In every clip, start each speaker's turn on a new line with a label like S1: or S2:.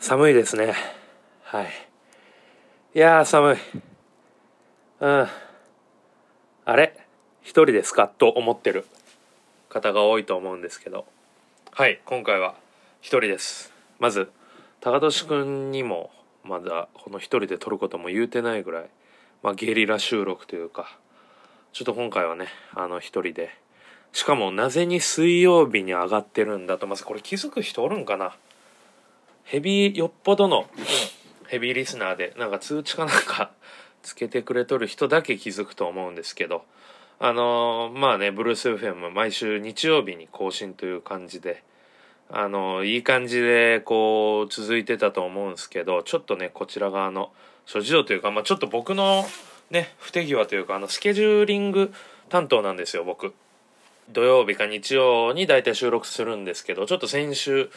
S1: 寒いですね。はい。いやー寒い。あれ一人ですかと思ってる方が多いと思うんですけど、はい、今回は一人です。まず高俊くんにもまだこの一人で撮ることも言うてないぐらい、ゲリラ収録というか、ちょっと今回はね一人で、しかもなぜに水曜日に上がってるんだと、まずこれ気づく人おるんかな。よっぽどのヘビーリスナーでなんか通知かなんかつけてくれとる人だけ気づくと思うんですけど、ブルース FM 毎週日曜日に更新という感じで、いい感じでこう続いてたと思うんですけど、ちょっとねこちら側の諸事情というか、ちょっと僕のね不手際というか、スケジューリング担当なんですよ僕。土曜日か日曜にだいたい収録するんですけど、ちょっと先週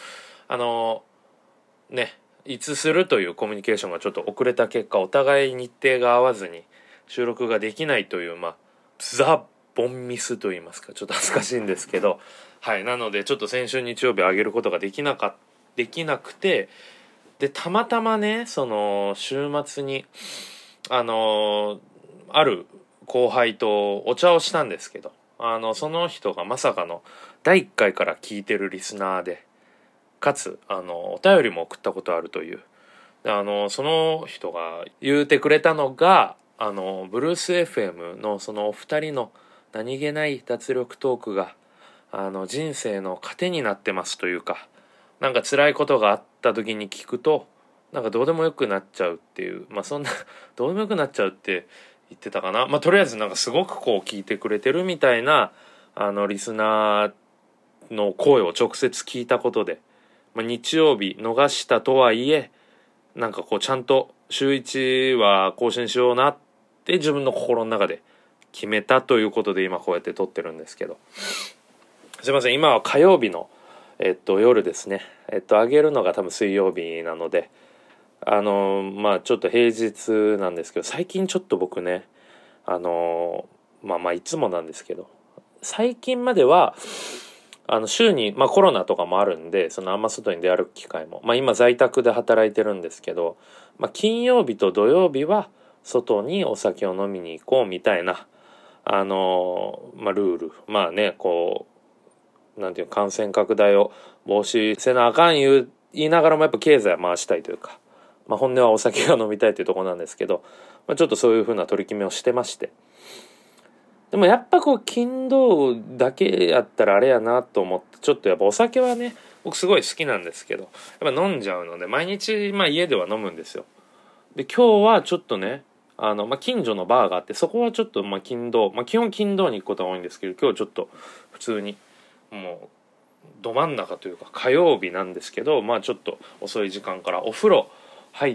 S1: いつするというコミュニケーションがちょっと遅れた結果、お互い日程が合わずに収録ができないという、ザ・ボンミスと言いますか、ちょっと恥ずかしいんですけど、はい、なのでちょっと先週日曜日上げることができなくて、でたまたまねその週末にある後輩とお茶をしたんですけど、その人がまさかの第1回から聞いてるリスナーで、かつお便りも送ったことあるという、その人が言うてくれたのが、ブルース FM のそのお二人の何気ない脱力トークが人生の糧になってますというか、なんか辛いことがあった時に聞くとなんかどうでもよくなっちゃうっていう、そんなどうでもよくなっちゃうって言ってたかな。とりあえずなんかすごくこう聞いてくれてるみたいなリスナーの声を直接聞いたことで、日曜日逃したとはいえなんかこうちゃんと週1は更新しようなって自分の心の中で決めたということで、今こうやって撮ってるんですけど、すいません、今は火曜日の夜ですね。上げるのが多分水曜日なので、ちょっと平日なんですけど、最近ちょっと僕ねいつもなんですけど、最近までは週に、コロナとかもあるんで、あんま外に出歩く機会も、今在宅で働いてるんですけど、金曜日と土曜日は外にお酒を飲みに行こうみたいなルール、こうなんていう感染拡大を防止せなあかん言いながらも、やっぱ経済は回したいというか、本音はお酒が飲みたいというところなんですけど、ちょっとそういう風な取り決めをしてまして、でもやっぱこう金土だけやったらあれやなと思って、ちょっとやっぱお酒はね僕すごい好きなんですけど、やっぱ飲んじゃうので毎日家では飲むんですよ。で今日はちょっとね近所のバーがあって、そこはちょっと金土、基本金土に行くことが多いんですけど、今日ちょっと普通にもうど真ん中というか火曜日なんですけど、ちょっと遅い時間からお風呂入って、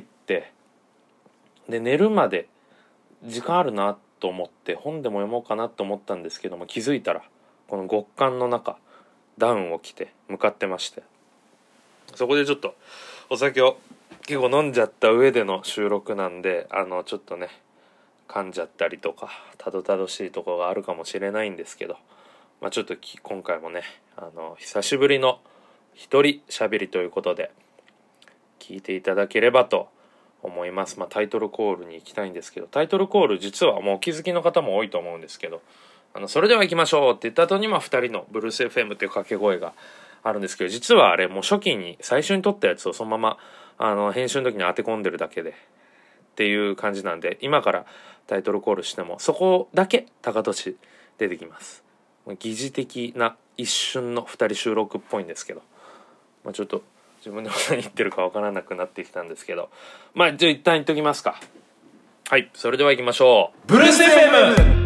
S1: で寝るまで時間あるなと思って本でも読もうかなと思ったんですけども、気づいたらこの極寒の中ダウンを着て向かってまして、そこでちょっとお酒を結構飲んじゃった上での収録なんで、ちょっとね噛んじゃったりとかたどたどしいところがあるかもしれないんですけど、ちょっと今回もね久しぶりの一人喋りということで聞いていただければと思います。タイトルコールに行きたいんですけど、タイトルコール実はもうお気づきの方も多いと思うんですけど、それでは行きましょうって言った後に2人のブルース FM っていう掛け声があるんですけど、実はあれもう初期に最初に撮ったやつをそのまま編集の時に当て込んでるだけでっていう感じなんで、今からタイトルコールしてもそこだけ高俊出てきます。疑似的な一瞬の2人収録っぽいんですけど、ちょっと自分でも何言ってるか分からなくなってきたんですけど、じゃあ一旦言っときますか。はい、それでは行きましょう。ブルース FM。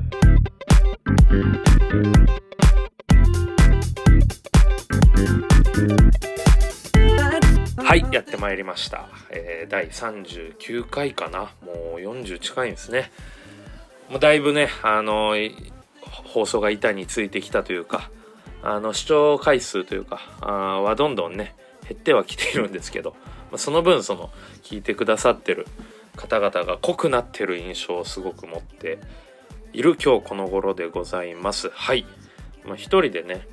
S1: はい、やってまいりました。第39回かな。もう40近いんですね。もうだいぶね放送が板についてきたというか、視聴回数というかはどんどんね減ってはきているんですけど、その分聞いてくださってる方々が濃くなってる印象をすごく持っている今日この頃でございます。はい、一人でね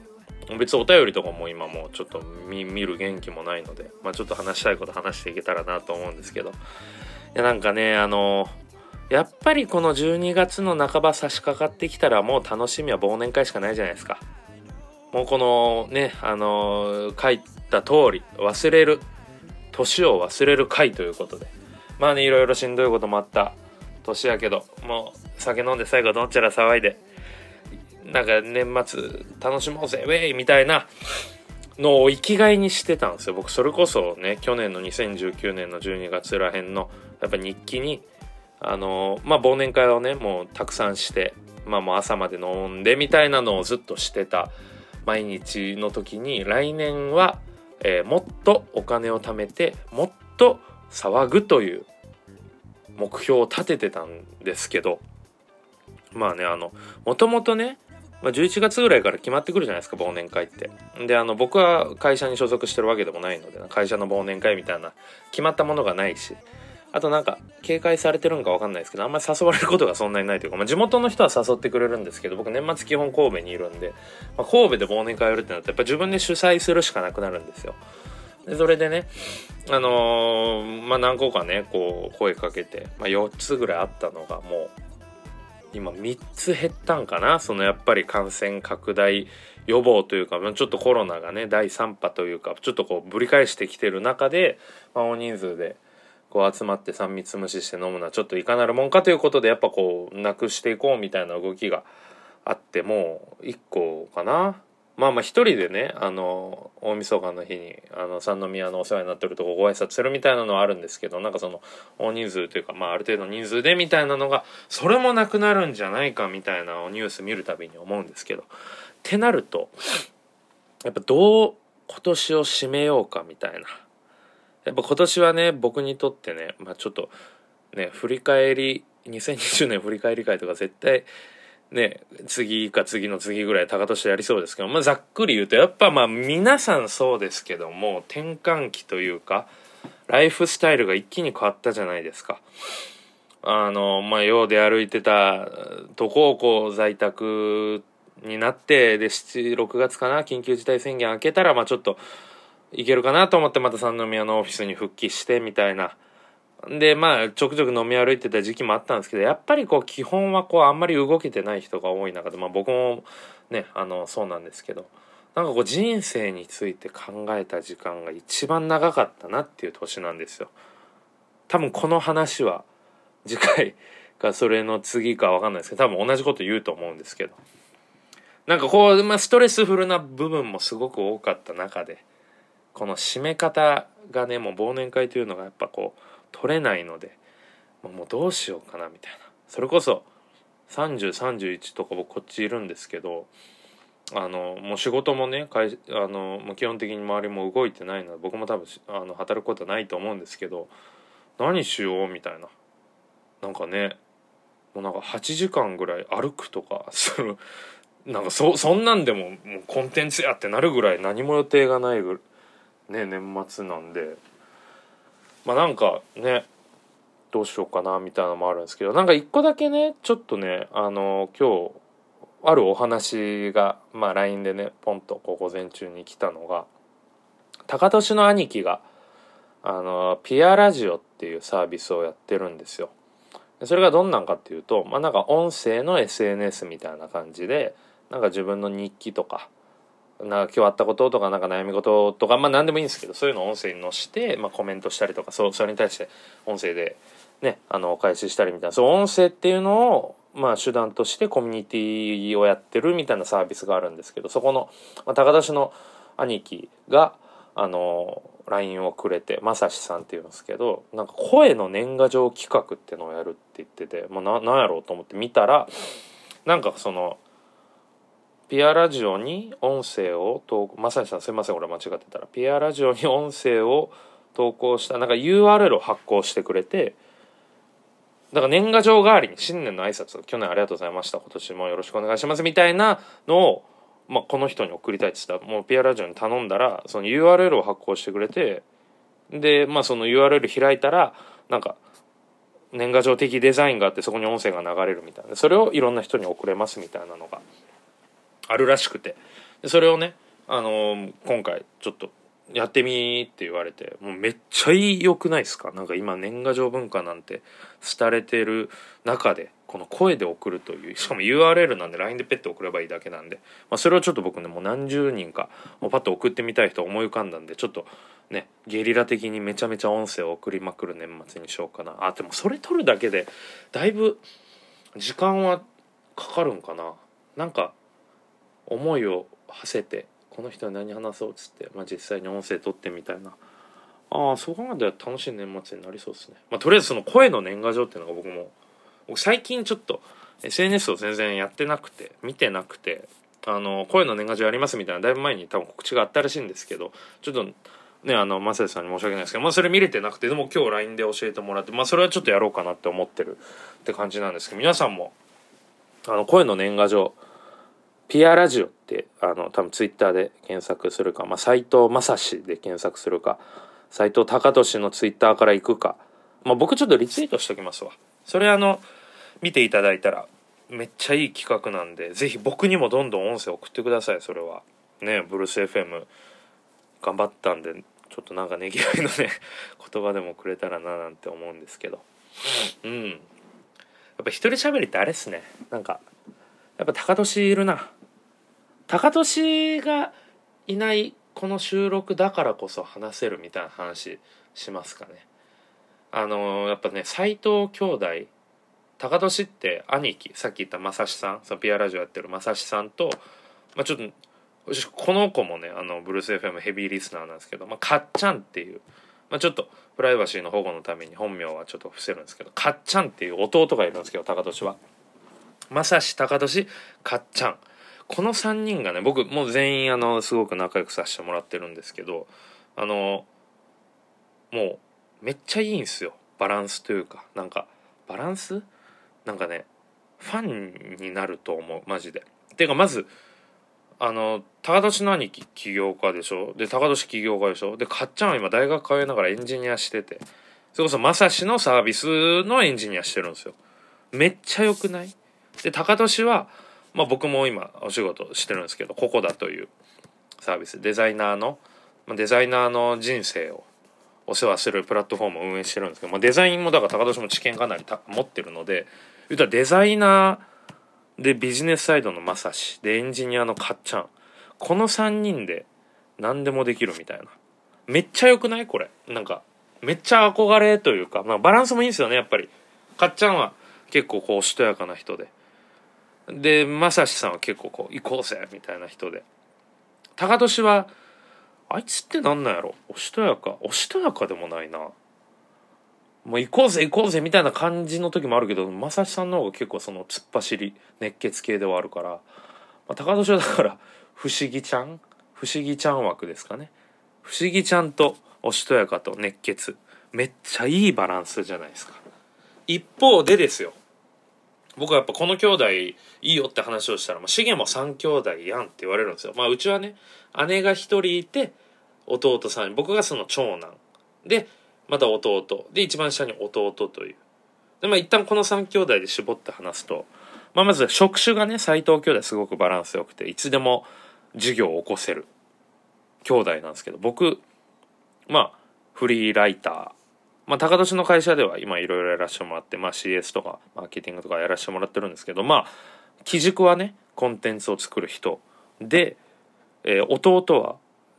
S1: 別にお便りとかも今もうちょっと見る元気もないので、ちょっと話したいこと話していけたらなと思うんですけど、いやなんかねやっぱりこの12月の半ば差し掛かってきたらもう楽しみは忘年会しかないじゃないですか。もうこのね書いた通り忘れる年を忘れる会ということで、いろいろしんどいこともあった年やけど、もう酒飲んで最後どんちゃら騒いでなんか年末楽しもうぜウェイみたいなのを生きがいにしてたんですよ。僕それこそね去年の2019年の12月らへんのやっぱ日記に忘年会をねもうたくさんしてもう朝まで飲んでみたいなのをずっとしてた毎日の時に、来年は、もっとお金を貯めてもっと騒ぐという目標を立ててたんですけど、もともとね11月ぐらいから決まってくるじゃないですか忘年会って。で僕は会社に所属してるわけでもないので会社の忘年会みたいな決まったものがないし、あとなんか警戒されてるんか分かんないですけどあんまり誘われることがそんなにないというか、地元の人は誘ってくれるんですけど僕年末基本神戸にいるんで、神戸で忘年会やるってなるとやっぱ自分で主催するしかなくなるんですよ。でそれでね何個かねこう声かけて、4つぐらいあったのがもう今3つ減ったんかな。そのやっぱり感染拡大予防というかちょっとコロナがね第3波というかちょっとこうぶり返してきてる中で、大人数でこう集まって3密無視して飲むのはちょっといかなるもんかということでやっぱこうなくしていこうみたいな動きがあって、もう1個かな。一人でね大晦日の日に三宮のお世話になってるとこご挨拶するみたいなのはあるんですけど、なんかその大人数というかある程度人数でみたいなのがそれもなくなるんじゃないかみたいなニュース見るたびに思うんですけど、ってなるとやっぱどう今年を締めようかみたいな。やっぱ今年はね僕にとってねちょっとね振り返り2020年振り返り会とか絶対ね次か次の次ぐらい高年やりそうですけど、ざっくり言うとやっぱ皆さんそうですけども転換期というかライフスタイルが一気に変わったじゃないですか。よう出歩いてたとこをこう在宅になってで6月かな緊急事態宣言明けたらちょっといけるかなと思ってまた三宮のオフィスに復帰してみたいな。でちょくちょく飲み歩いてた時期もあったんですけど、やっぱりこう基本はこうあんまり動けてない人が多い中で僕もねそうなんですけど、なんかこう人生について考えた時間が一番長かったなっていう年なんですよ。多分この話は次回かそれの次か分かんないですけど多分同じこと言うと思うんですけど、なんかこうストレスフルな部分もすごく多かった中でこの締め方がねもう忘年会というのがやっぱこう取れないのでもうどうしようかなみたいな。それこそ30、31とか僕こっちいるんですけどもう仕事もねもう基本的に周りも動いてないので僕も多分働くことはないと思うんですけど、何しようみたいな。なんかねもうなんか8時間ぐらい歩くとかなんかそんなんでもうコンテンツやってなるぐらい何も予定がない年末なんでなんかねどうしようかなみたいなのもあるんですけど、なんか一個だけねちょっとね今日あるお話がLINE でねポンとこう午前中に来たのが、高年の兄貴がピアラジオっていうサービスをやってるんですよ。それがどんなんかっていうとなんか音声の SNS みたいな感じでなんか自分の日記とかなんか今日あったこととかなんか悩み事とか何でもいいんですけど、そういうのを音声に載して、コメントしたりとかそれに対して音声でねお返ししたりみたいな、そう音声っていうのを手段としてコミュニティをやってるみたいなサービスがあるんですけど、そこの、高田氏の兄貴がLINE をくれてまさしさんっていうんですけど、なんか声の年賀状企画ってのをやるって言ってて、なんやろうと思って見たらなんかそのピアラジオに音声をまさにさんすいません俺間違ってたら、ピアラジオに音声を投稿したなんか URL を発行してくれて、だから年賀状代わりに新年の挨拶、去年ありがとうございました今年もよろしくお願いしますみたいなのを、この人に送りたいって言ったらもうピアラジオに頼んだらその URL を発行してくれて、でその URL 開いたらなんか年賀状的デザインがあってそこに音声が流れるみたいな、それをいろんな人に送れますみたいなのがあるらしくて、でそれをね今回ちょっとやってみって言われて、もうめっちゃ良くないですか？なんか今年賀状文化なんて廃れてる中でこの声で送るという、しかも URL なんで LINE でペッて送ればいいだけなんで、それをちょっと僕ねもう何十人かもうパッと送ってみたい人思い浮かんだんで、ちょっとねゲリラ的にめちゃめちゃ音声を送りまくる年末にしようかな。でもそれ撮るだけでだいぶ時間はかかるんかな。なんか思いを馳せてこの人は何話そうっつって、実際に音声取ってみたいな、そう考えたら楽しい年末になりそうですね。とりあえずその声の年賀状っていうのが僕最近ちょっと SNS を全然やってなくて見てなくて、声の年賀状やりますみたいなだいぶ前に多分告知があったらしいんですけど、ちょっとねマサヤさんに申し訳ないですけど、それ見れてなくて、でも今日 LINE で教えてもらって、それはちょっとやろうかなって思ってるって感じなんですけど、皆さんも声の年賀状ピアラジオって多分ツイッターで検索するか、斉藤正史で検索するか、斉藤隆俊のツイッターから行くか、僕ちょっとリツイートしときますわ。それ見ていただいたらめっちゃいい企画なんで、ぜひ僕にもどんどん音声送ってください。それはね、ブルース FM 頑張ったんで、ちょっとなんかねぎらいのね言葉でもくれたらななんて思うんですけど、やっぱ一人喋りってあれっすね、なんかやっぱ高俊いるな。高俊がいないこの収録だからこそ話せるみたいな話しますかね。やっぱね斉藤兄弟、高俊って兄貴、さっき言った正志さん、そのピアラジオやってる正志さんと、ちょっとこの子もねブルース FM ヘビーリスナーなんですけど、かっちゃんっていう、ちょっとプライバシーの保護のために本名はちょっと伏せるんですけど、かっちゃんっていう弟がいるんですけど、高俊は正志、高俊、かっちゃん、この3人がね、僕もう全員すごく仲良くさせてもらってるんですけど、もうめっちゃいいんですよ。バランスというか、なんかバランスなんかねファンになると思うマジで。ていうかまず高俊の兄貴起業家でしょ、で高俊起業家でしょ、でかっちゃんは今大学通いながらエンジニアしてて、それこそ正志のサービスのエンジニアしてるんですよ。めっちゃ良くない？で高俊は僕も今お仕事してるんですけど、ココダというサービス、デザイナーの人生をお世話するプラットフォームを運営してるんですけど、デザインもだから高俊も知見かなり持ってるので、言うたらデザイナーでビジネスサイドの正志でエンジニアのかっちゃん、この3人で何でもできるみたいな、めっちゃ良くない？これなんかめっちゃ憧れというか、バランスもいいんですよね。やっぱりかっちゃんは結構おしとやかな人で正志さんは結構行こうぜみたいな人で、高俊はあいつってなんなんやろ、おしとやかでもないな、もう行こうぜみたいな感じの時もあるけど、正志さんの方が結構その突っ走り熱血系ではあるから、高俊はだから不思議ちゃん枠ですかね。不思議ちゃんとおしとやかと熱血、めっちゃいいバランスじゃないですか。一方でですよ、僕はやっぱこの兄弟いいよって話をしたら、シゲも3兄弟やんって言われるんですよ。うちはね姉が1人いて弟さん、僕がその長男で、また弟で一番下に弟というで、一旦この3兄弟で絞って話すと、まず職種がね斉藤兄弟すごくバランス良くて、いつでも事業を起こせる兄弟なんですけど、僕フリーライター、高年の会社では今いろいろやらせてもらって、CS とかマーケティングとかやらせてもらってるんですけど、基軸はねコンテンツを作る人で、弟は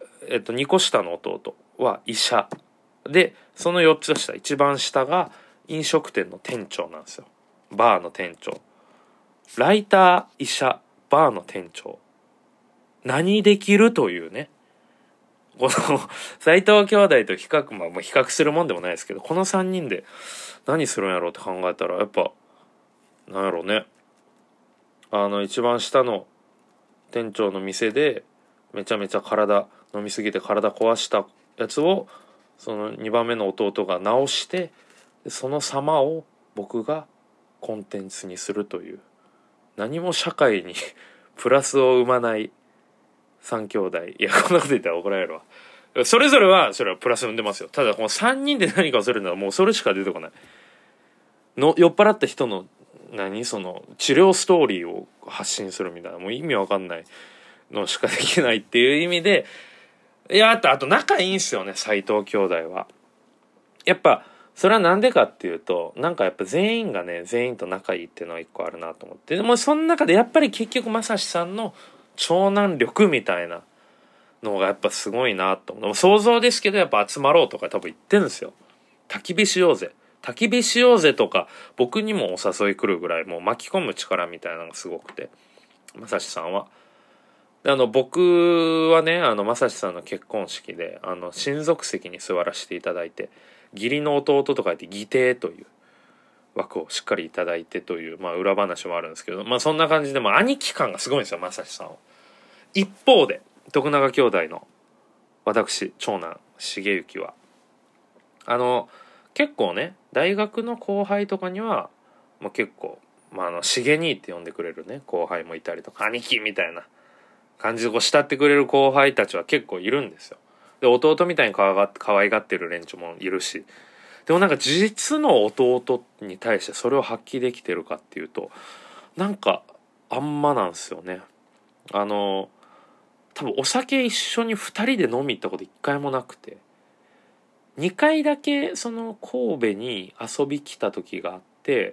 S1: 2個下の弟は医者で、その4つ下一番下が飲食店の店長なんですよ。バーの店長、ライター、医者、バーの店長、何できるというね、この斉藤兄弟と比較するもんでもないですけど、この3人で何するんやろうって考えたら、やっぱなんやろうね、一番下の店長の店でめちゃめちゃ飲みすぎて体壊したやつをその2番目の弟が直して、その様を僕がコンテンツにするという、何も社会にプラスを生まない3兄弟。いや、こんなこと言ったら怒られるわ。それぞれはプラス生んでますよ。ただこの3人で何かをするのはもうそれしか出てこないの。酔っ払った人のその治療ストーリーを発信するみたいな、もう意味わかんないのしかできないっていう意味で、いや、あと仲いいんすよね、斉藤兄弟は。やっぱそれはなんでかっていうと、なんかやっぱ全員がね、全員と仲いいっていうのは一個あるなと思って。でもその中でやっぱり結局まさしさんの長男力みたいなのがやっぱすごいなと思う。想像ですけど、やっぱ集まろうとか多分言ってるんですよ。焚き火しようぜ、焚き火しようぜとか、僕にもお誘い来るぐらいもう巻き込む力みたいなのがすごくて、まさしさんは。僕はね、まさしさんの結婚式で親族席に座らせていただいて、義理の弟と書いて義弟という枠をしっかりいただいてという、まあ裏話もあるんですけど、まあそんな感じでも兄貴感がすごいんですよ、まさしさんは。一方で徳永兄弟の私長男重幸は結構ね、大学の後輩とかには、まあ、結構、まあ、重兄って呼んでくれるね後輩もいたりとか、兄貴みたいな感じでこう慕ってくれる後輩たちは結構いるんですよ。で弟みたいに可愛がってる連中もいるし、でもなんか実の弟に対してそれを発揮できてるかっていうと、なんかあんまなんですよね。多分お酒一緒に2人で飲み行ったこと1回もなくて、2回だけその神戸に遊び来た時があって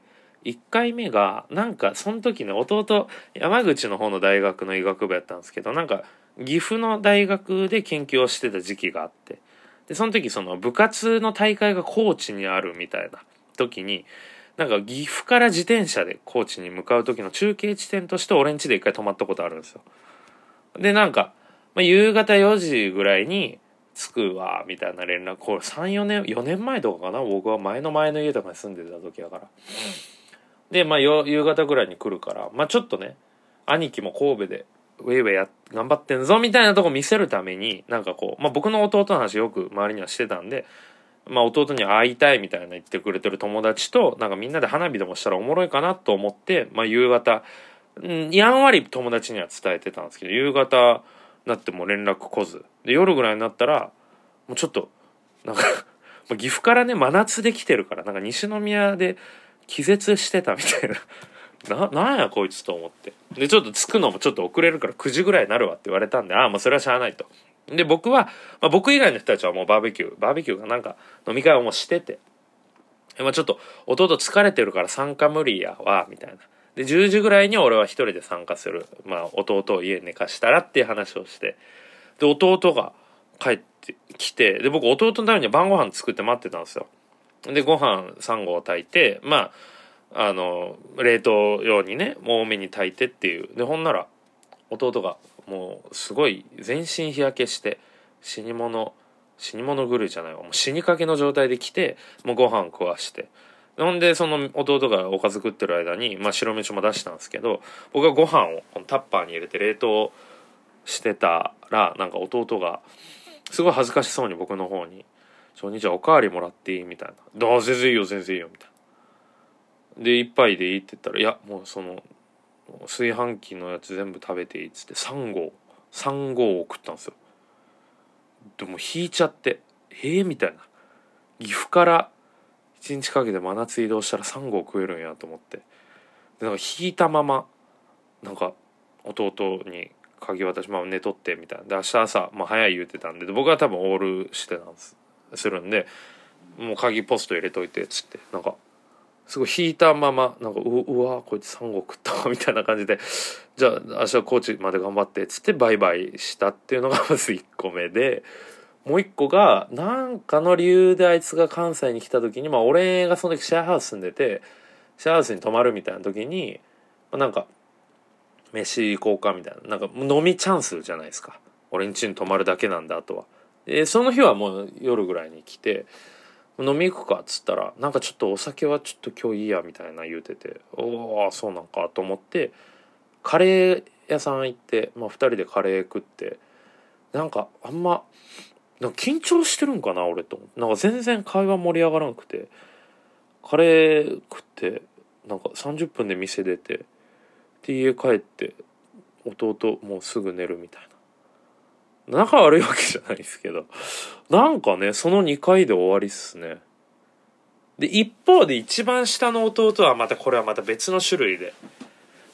S1: 、1回目がなんかその時ね、弟山口の方の大学の医学部やったんですけど、なんか岐阜の大学で研究をしてた時期があって、でその時その部活の大会が高知にあるみたいな時に、なんか岐阜から自転車で高知に向かう時の中継地点として俺ん家で1回泊まったことあるんですよ。でなんか、まあ、夕方4時ぐらいに着くわみたいな連絡、これ4年前とかかな、僕は前の家とかに住んでた時だから。でまあ夕方ぐらいに来るから、まあちょっとね、兄貴も神戸でウェイウェイ頑張ってんぞみたいなとこ見せるために、なんかこう、まあ僕の弟の話よく周りにはしてたんで、まあ弟に会いたいみたいな言ってくれてる友達となんかみんなで花火でもしたらおもろいかなと思って、まあ夕方、やんわり友達には伝えてたんですけど、夕方なっても連絡来ずで、夜ぐらいになったらもうちょっとなんか岐阜からね真夏で来てるから、なんか西宮で気絶してたみたいななんやこいつと思って、でちょっと着くのもちょっと遅れるから9時ぐらいになるわって言われたんで、ああもうそれはしゃあないと。で僕は、まあ、僕以外の人たちはもうバーベキューがなんか飲み会をもうしてて、まあ、ちょっと弟疲れてるから参加無理やわみたいな。で10時ぐらいに俺は一人で参加する、まあ弟を家に寝かしたらっていう話をして、で弟が帰ってきて、で僕弟のために晩ご飯作って待ってたんですよ。でご飯3合炊いて、まあ冷凍用にね多めに炊いてっていう。でほんなら弟がもうすごい全身日焼けして死に物狂いじゃないわ、もう死にかけの状態で来て、もうご飯食わして、ほんでその弟がおかず食ってる間に、まあ、白飯も出したんですけど、僕がご飯をタッパーに入れて冷凍してたら、なんか弟がすごい恥ずかしそうに僕の方に「お兄ちゃんおかわりもらっていい?」みたいな「ああ全然いいよ全然いいよ」みたいな。で「一杯でいい?」って言ったら「いやもうその炊飯器のやつ全部食べていい」っつって3合送ったんですよ。でも引いちゃってみたいな、岐阜から1日かけて真夏移動したら3合食えるんやと思って、でなんか引いたままなんか弟に鍵渡し、まあ、寝とってみたいな。で明日朝、まあ、早い言うてたんで、僕は多分オールしてたんするんで、もう鍵ポスト入れといてっつって、なんかすごい引いたままなんかうわこいつ3合食ったわみたいな感じで、じゃあ明日高知まで頑張ってっつってバイバイしたっていうのがまず1個目で、もう1個がなんかの理由であいつが関西に来た時に、まあ俺がその時シェアハウス住んでて、シェアハウスに泊まるみたいな時に、なんか飯行こうかみたいな、なんか飲みチャンスじゃないですか、俺ん家に泊まるだけなんだあとは。その日はもう夜ぐらいに来て飲み行くかっつったら、なんかちょっとお酒はちょっと今日いいやみたいな言うてて、おおそうなんかと思ってカレー屋さん行って、まあ、2人でカレー食って、なんかあんまなんか緊張してるんかな俺と、なんか全然会話盛り上がらなくて、カレー食ってなんか30分で店出て、で家帰って弟もうすぐ寝るみたいな。仲悪いわけじゃないですけど、なんかねその2回で終わりっすね。で一方で一番下の弟はまたこれはまた別の種類で、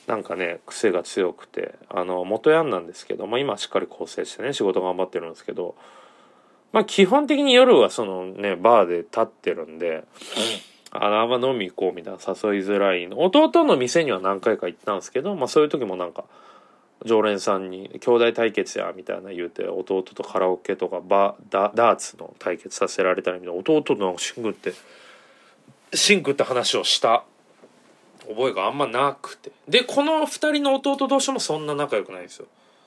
S1: なんかね癖が強くて元ヤンなんですけど、今しっかり構成してね仕事頑張ってるんですけど、基本的に夜はそのねバーで立ってるんで、あんま飲み行こうみたいな誘いづらいの。弟の店には何回か行ったんですけど、そういう時もなんか常連さんに兄弟対決やみたいな言うて、弟とカラオケとかダーツの対決させられたりみたいな、弟となんかシンクって話をした覚えがあんまなくて、でこの2人の弟同士もそんな仲良くないんですよ。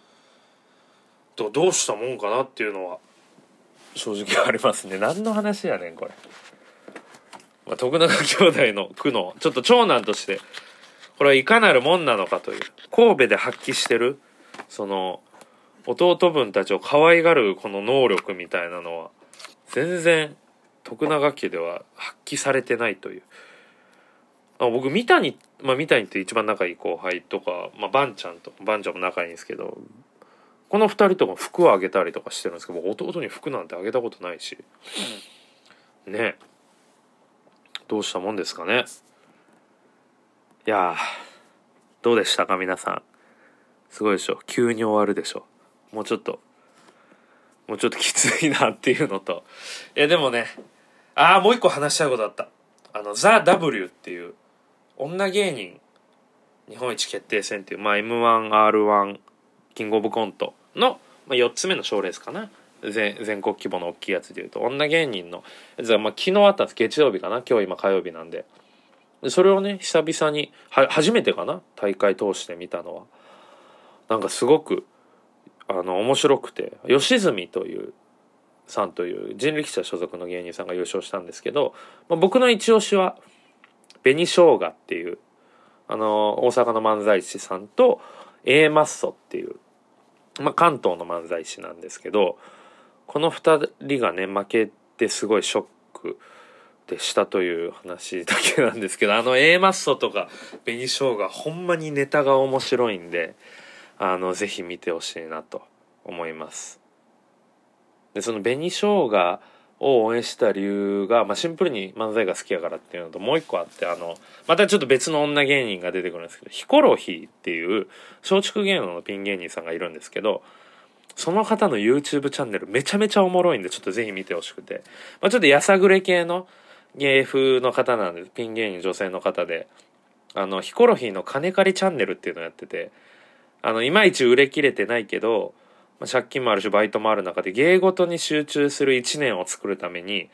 S1: どうしたもんかなっていうのは正直ありますね。何の話やねんこれ。徳永兄弟の苦悩、ちょっと長男としてこれはいかなるもんなのかという、神戸で発揮してるその弟分たちを可愛がるこの能力みたいなのは全然徳永家では発揮されてないという。僕三谷って一番仲いい後輩とか、バンちゃんも仲いいんですけど、この2人とか服をあげたりとかしてるんですけど、弟に服なんてあげたことないしね。どうしたもんですかね。いやー、どうでしたか皆さん。すごいでしょ、急に終わるでしょ。もうちょっときついなっていうのと、でもね、もう一個話したいことあった。ザ・ W っていう女芸人日本一決定戦っていう、M1、R1、キングオブコントの、4つ目の賞レースかな。全国規模の大きいやつでいうと女芸人のやつが、昨日あったんです。月曜日かな、今日火曜日なんで。それをね久々に初めてかな、大会通して見たのはなんかすごく面白くて、吉住さんという人力車所属の芸人さんが優勝したんですけど、僕の一押しは紅生姜っていう大阪の漫才師さんと A マッソっていう、関東の漫才師なんですけど、この2人がね負けてすごいショックでしたという話だけなんですけど、A マッソとか紅生姜ほんまにネタが面白いんでぜひ見てほしいなと思います。でその紅生姜を応援した理由が、シンプルに漫才が好きやからっていうのと、もう一個あって、またちょっと別の女芸人が出てくるんですけど、ヒコロヒーっていう松竹芸能のピン芸人さんがいるんですけど、その方の YouTube チャンネルめちゃめちゃおもろいんで、ちょっとぜひ見てほしくて、ちょっとやさぐれ系の芸風の方なんで、ピン芸人女性の方で、ヒコロヒーの金借りチャンネルっていうのをやってて、いまいち売れ切れてないけど、借金もあるしバイトもある中で芸事に集中する1年を作るために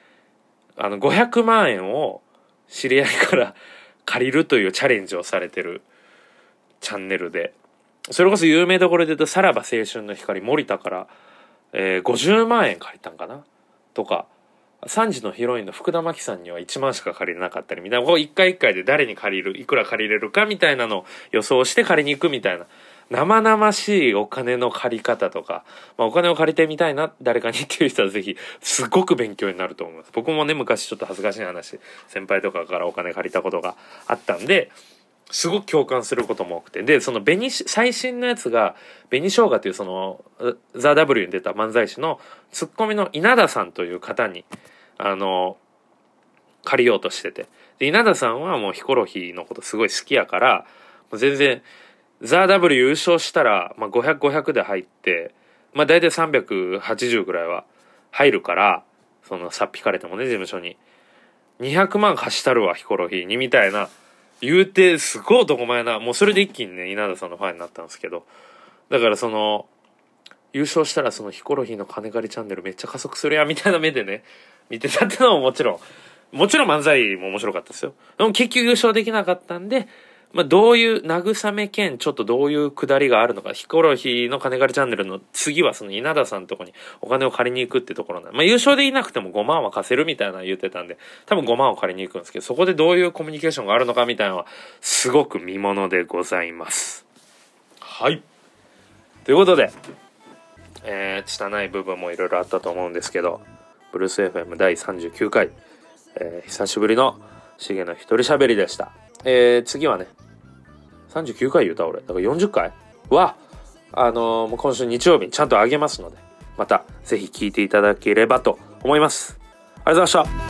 S1: 500万円を知り合いから借りるというチャレンジをされてるチャンネルで、それこそ有名どころで言うとさらば青春の光森田から、50万円借りたんかなとか、3時のヒロインの福田真紀さんには1万しか借りれなかったりみたいな、一回一回で誰に借りる、いくら借りれるかみたいなのを予想して借りに行くみたいな生々しいお金の借り方とか、お金を借りてみたいな誰かにっていう人はぜひすごく勉強になると思います。僕もね昔ちょっと恥ずかしい話、先輩とかからお金借りたことがあったんですごく共感することも多くて、でその最新のやつが紅生姜というそのザ・ W に出た漫才師のツッコミの稲田さんという方に借りようとしてて、で稲田さんはもうヒコロヒーのことすごい好きやから、もう全然ザ・ W 優勝したら、500で入って、大体380ぐらいは入るから、そのさっぴかれてもね事務所に200万貸したるわヒコロヒーにみたいな言うて、すごい男前な、もうそれで一気にね稲田さんのファンになったんですけど、だからその優勝したらそのヒコロヒーの金借りチャンネルめっちゃ加速するやみたいな目でね見てたってのももちろん漫才も面白かったですよ。でも結局優勝できなかったんで、どういう慰め兼ちょっとどういうくだりがあるのか、ヒコロヒーの金借りチャンネルの次はその稲田さんのとこにお金を借りに行くってところなんで、優勝でいなくても5万は貸せるみたいな言ってたんで、多分5万を借りに行くんですけど、そこでどういうコミュニケーションがあるのかみたいなのはすごく見ものでございます。はい、ということで拙い部分もいろいろあったと思うんですけど、ブルース FM 第39回、久しぶりのしげの一人喋りでした。次はね39回言うた俺だから40回はもう今週日曜日にちゃんと上げますので、またぜひ聞いていただければと思います。ありがとうございました。